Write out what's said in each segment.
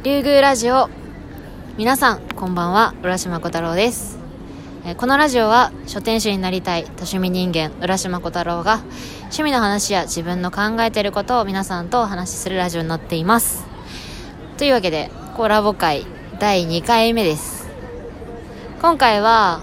竜宮ラジオ、皆さんこんばんは。浦島小太郎です。このラジオは書店主になりたい多趣味人間浦島小太郎が趣味の話や自分の考えていることを皆さんとお話しするラジオになっています。というわけでコラボ会第2回目です。今回は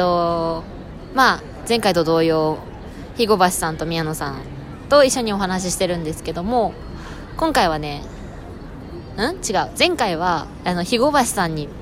前回と同様肥後橋さんと宮野さんと一緒にお話ししてるんですけども、今回はね前回は肥後橋さんに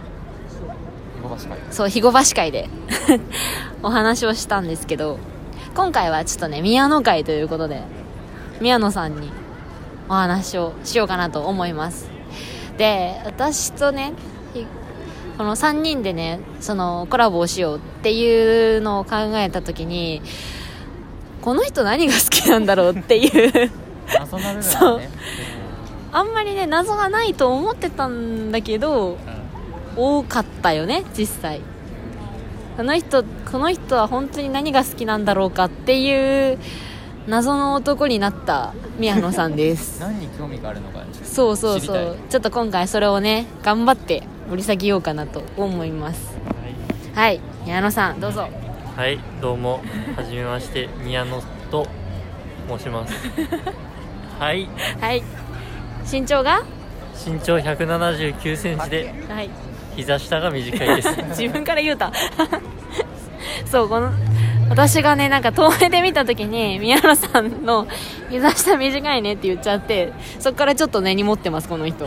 肥後橋会でお話をしたんですけど、今回はちょっとね宮野会ということで宮野さんにお話をしようかなと思います。で、私とねこの3人でねそのコラボをしようっていうのを考えた時に、この人何が好きなんだろうっていう謎な部分だね。 そう、あんまりね謎がないと思ってたんだけど、多かったよね実際。この人は本当に何が好きなんだろうかっていう謎の男になった宮野さんです何に興味があるのかそう知りたい。 ちょっと今回それをね頑張って掘り下げようかなと思います。はい、宮野さんどうぞ。 はい、どうもはじめまして宮野と申しますはいはい、身長が身長179センチではい膝下が短いです自分から言うたそう、私がねなんか遠目で見た時に宮野さんの膝下短いねって言っちゃって、そっからちょっと根に持ってますこの人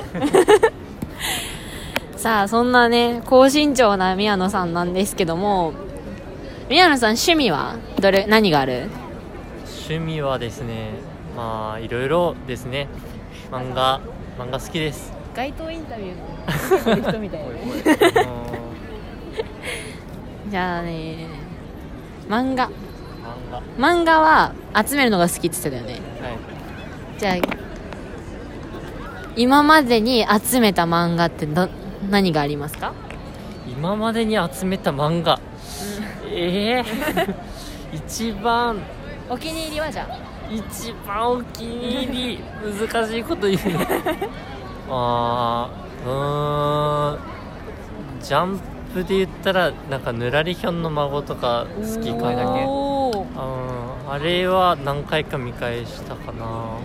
さあ、そんなね高身長な宮野さんなんですけども、宮野さん趣味は何がある？ 趣味はですね、いろいろですね。漫画好きです。 街頭インタビューの人みたいなじゃあね、漫画は集めるのが好きって言ってたよね。 はい。 じゃあ今までに集めた漫画って何がありますか？ 今までに集めた漫画、一番お気に入りは？じゃあ一番お気に入り難しいこと言うねジャンプで言ったらなんかぬらりひょんの孫とか好きかな。あれは何回か見返したかな。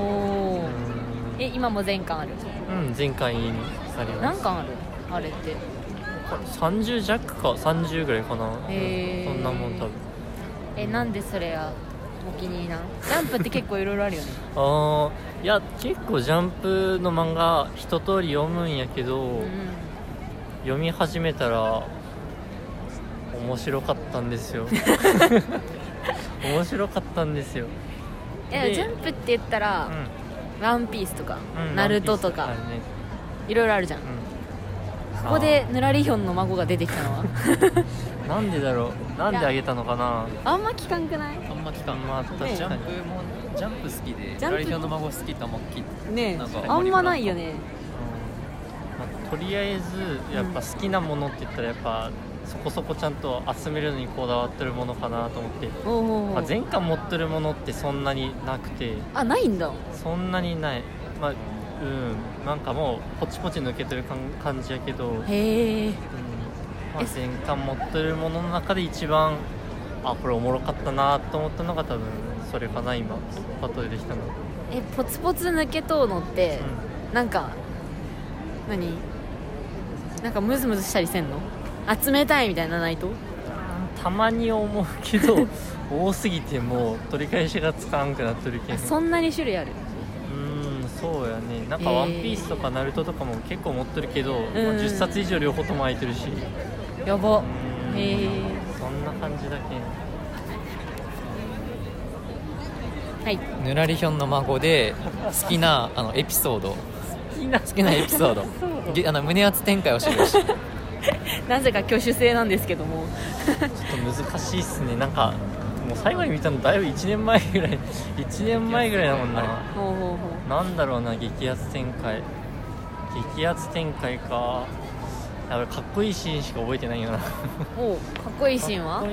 今も全巻ある？ 全巻にあります。 何巻ある？あれって 30弱か30ぐらいかな。そんなもん多分。 なんでそれはお気に入りなの？ジャンプって結構いろいろあるよねいや結構ジャンプの漫画一通り読むんやけど、読み始めたら面白かったんですよ面白かったんですよ。 ジャンプって言ったら、ワンピースとか、ナルトとか、いろいろあるじゃん。ここでぬらりひょんの孫が出てきたのはなんでだろう。なんであげたのかな。 あんま聞かんくない？ あんま聞かん。 確かにジャンプ好きでぬらりひょんの孫好きってあんま聞いてね。あんまないよね。 とりあえずやっぱ好きなものって言ったらやっぱそこそこちゃんと集めるのにこだわってるものかなと思って。全巻持ってるものってそんなになくて。 ないんだ。 そんなにない。なんかもうポチポチ抜けてる感じやけど、全巻持ってるものの中で一番これおもろかったなと思ったのが多分それかな。今パッと出てきたの。 ポツポツ抜けとうのって、なんかなんかムズムズしたりせんの？集めたいみたいなないと？ たまに思うけど多すぎてもう取り返しがつかんくなってるけど。 そんなに種類ある？ そうやね。なんかワンピースとかナルトとかも結構持ってるけど、10冊以上両方とも空いてるし。 やば。 そんな感じだけ。 はい。 ぬらりひょんの孫で好きなエピソード好きなエピソード胸熱展開をしてるしなぜか挙手制なんですけどもちょっと難しいっすね。なんかもう最後に見たのだいぶ1年前ぐらいだもんな。なんだろうな。激アツ展開か。かっこいいシーンしか覚えてないよなかっこいいシーンは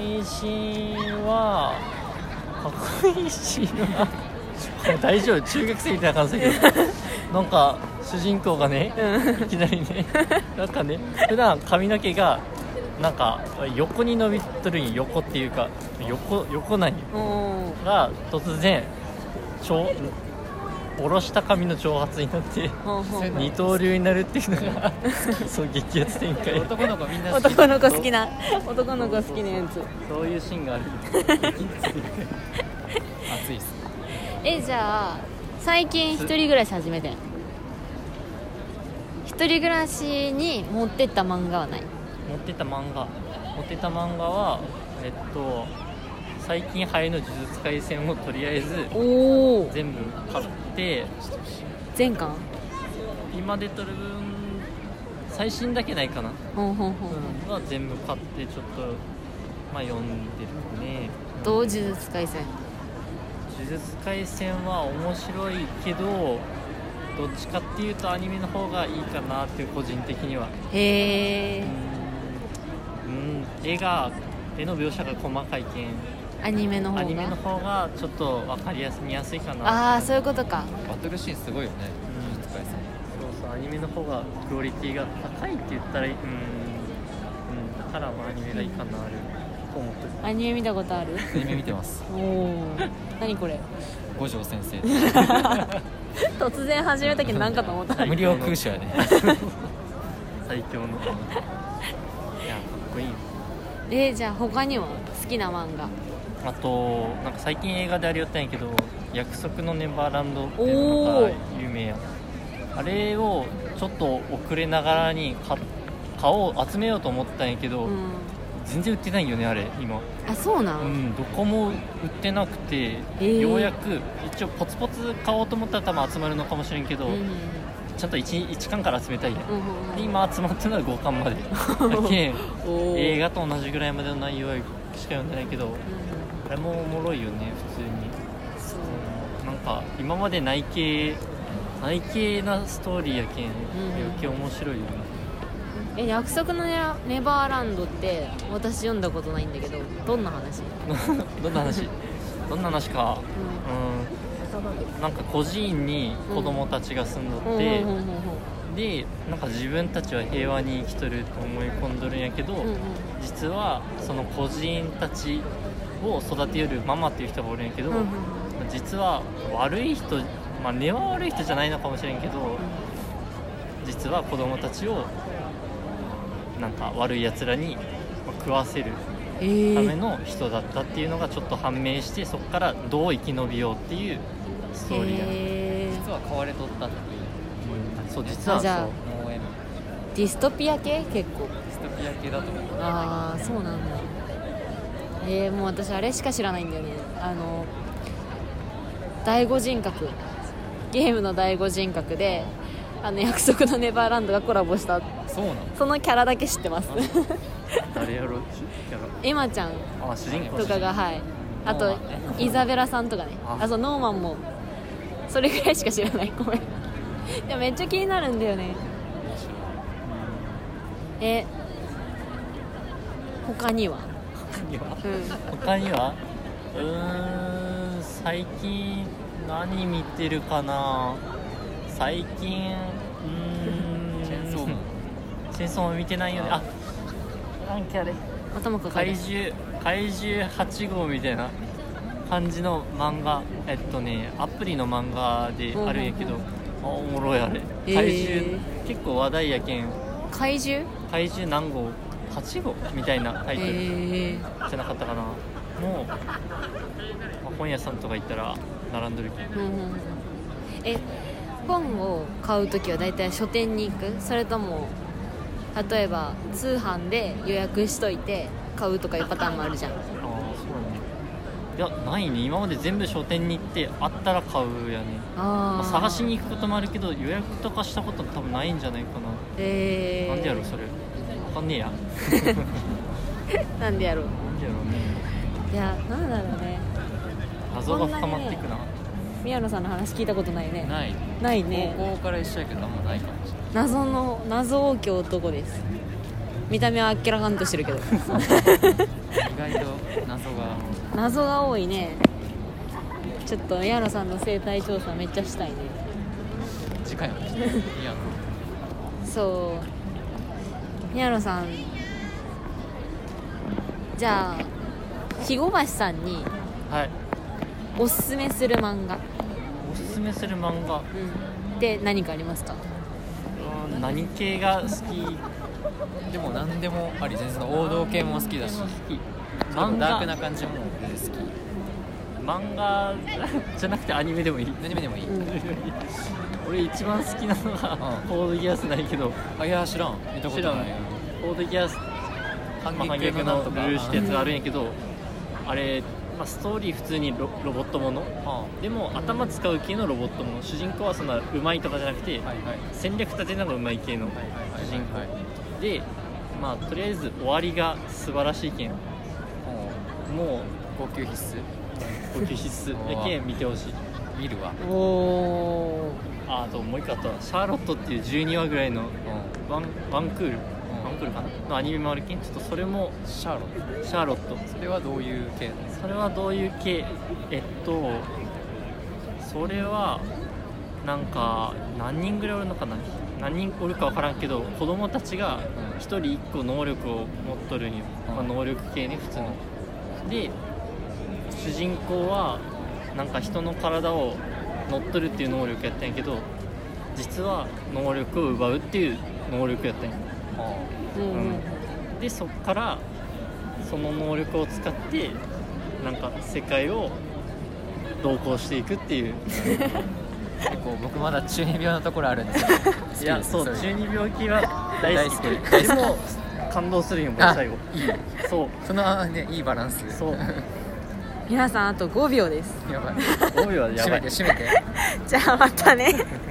大丈夫？中学生みたいな感じだけどなんか主人公がね、いきなりねなんかね普段髪の毛がなんか横に伸びとるん、横っていうか横なんよが突然下ろした髪の長髪になって二刀流になるっていうのがそう激アツ展開。 男の子みんな男の子好きな男の子好きなやつ。 そういうシーンがある熱いっす。 じゃあ最近一人暮らし始めてん。一人暮らしに持ってった漫画はない？ 持ってた漫画は最近流行りの呪術廻戦をとりあえず全部買って全巻？ 今出とる分最新だけないかな、は全部買ってちょっと読んでるね。 どう？呪術廻戦は面白いけどどっちかっていうとアニメの方がいいかなっていう個人的には。 へえ。 絵の描写が細かいけんアニメの方がちょっと分かりやす見やすいかな。 ああそういうことか。 バトルシーンすごいよね、呪術廻戦。 そうアニメの方がクオリティが高いって言ったらだからアニメがいいかなと思ってる。 アニメ見たことある？ アニメ見てます。 おお。何これ？五条先生突然始めたけど何かと思った。 無料空襲やね最強のいやかっこいい。 じゃあ他には好きな漫画？ あとなんか最近映画でありよったんやけど約束のネバーランドっていうのが有名や。あれをちょっと遅れながらに集めようと思ったんやけど、全然売ってないよねあれ今。 あそうなん？ どこも売ってなくて、ようやく一応ポツポツ買おうと思ったら多分集まるのかもしれんけど、ちゃんと 1巻から集めたいや、で今集まってるのは5巻までだけ映画と同じぐらいまでの内容しか読んでないけど、あれもおもろいよね普通に。なんか今まで内径なストーリーやけん余計面白いよね。 約束のネバーランドって私読んだことないんだけど、どんな話？ どんな話か、なんか孤児院に子供たちが住んどって、でなんか自分たちは平和に生きとると思い込んどるんやけど、実はその孤児院たちを育てよるママっていう人がおるんやけど、実は悪い人、根は悪い人じゃないのかもしれんけど、実は子供たちをなんか悪いやつらに食わせるための人だったっていうのがちょっと判明して、そこからどう生き延びようっていうストーリーや。 実は飼われとったっていう、 そう実はそう。 ディストピア系？結構ディストピア系だと思う。 ああそうなんだ。もう私あれしか知らないんだよね。第五人格、ゲームの第五人格で約束のネバーランドがコラボした。 そうなの？ そのキャラだけ知ってます誰やろ？ エマちゃんとかが、はい、あとイザベラさんとかね、そうノーマンもそれぐらいしか知らない。ごめんでもめっちゃ気になるんだよね。他には最近何見てるかな。最近戦争も見てないよね。なんかあれ頭かかる怪獣8号みたいな感じの漫画、アプリの漫画であるんやけど、おもろいあれ。怪獣、結構話題やけん。 怪獣何号8号みたいなタイトルじゃなかったかな。もう、本屋さんとか行ったら並んどるけん。 本を買うときはだいたい書店に行く？それとも例えば通販で予約しといて買うとかいうパターンもあるじゃん。 そうだね。いやないね。今まで全部書店に行ってあったら買うやね。探しに行くこともあるけど予約とかしたこと多分ないんじゃないかな。なんでやろそれ。わかんねえやなんでやろうね。いやなんだろうね。 謎が深まっていくな。 宮野さんの話聞いたことないね。 ないね。 高校から一緒やけどあんまないかもしれない。 謎多き男です。見た目はあっけらかんとしてるけど意外と謎が多いね。ちょっと宮野さんの生態調査めっちゃしたいね。 間やもんいやそう宮野さん、じゃあ肥後橋さんにはい、 おすすめする漫画、 おすすめする漫画、 で何かありますか？ 何系が好き？ でも何でもあり、全然王道系も好きだし、 漫画ダークな感じも全然好き。 漫画じゃなくてアニメでもいい？ アニメでもいい、 俺一番好きなのがコードギアスないけど、 あ、いや知らん、見たことない。 コードギアス反撃のルールってやつがあるんやけど、あれ、ストーリー普通に ロボットもの、でも頭使う系のロボットもの、主人公はそんな上手いとかじゃなくて、戦略立てるのが上手い系の主人公で、とりあえず終わりが素晴らしいけん、もう号泣必須、 号泣必須やけん見てほしい。 見るわ。 あともう一個あったわ、シャーロットっていう12話ぐらいのワンクールかなのアニメもあるけん、ちょっとそれもシャーロット、それはどういう系？ それはどういう系？それはなんか何人ぐらいおるのかな、何人おるか分からんけど、子供たちが一人一個能力を持っとるんよ、能力系ね、普通の。で主人公はなんか人の体を乗っ取るっていう能力やったんやけど、実は能力を奪うっていう能力やったんや。でそっからその能力を使ってなんか世界を同行していくっていう結構僕まだ中二病のところあるんですよいや、そう、中二病気は大好きでも感動するんよ、最後。 いい、 そう、 そのね、いいバランス。 そう皆さんあと5秒です。 やばい、 5秒はやばい。 閉めてじゃあまたね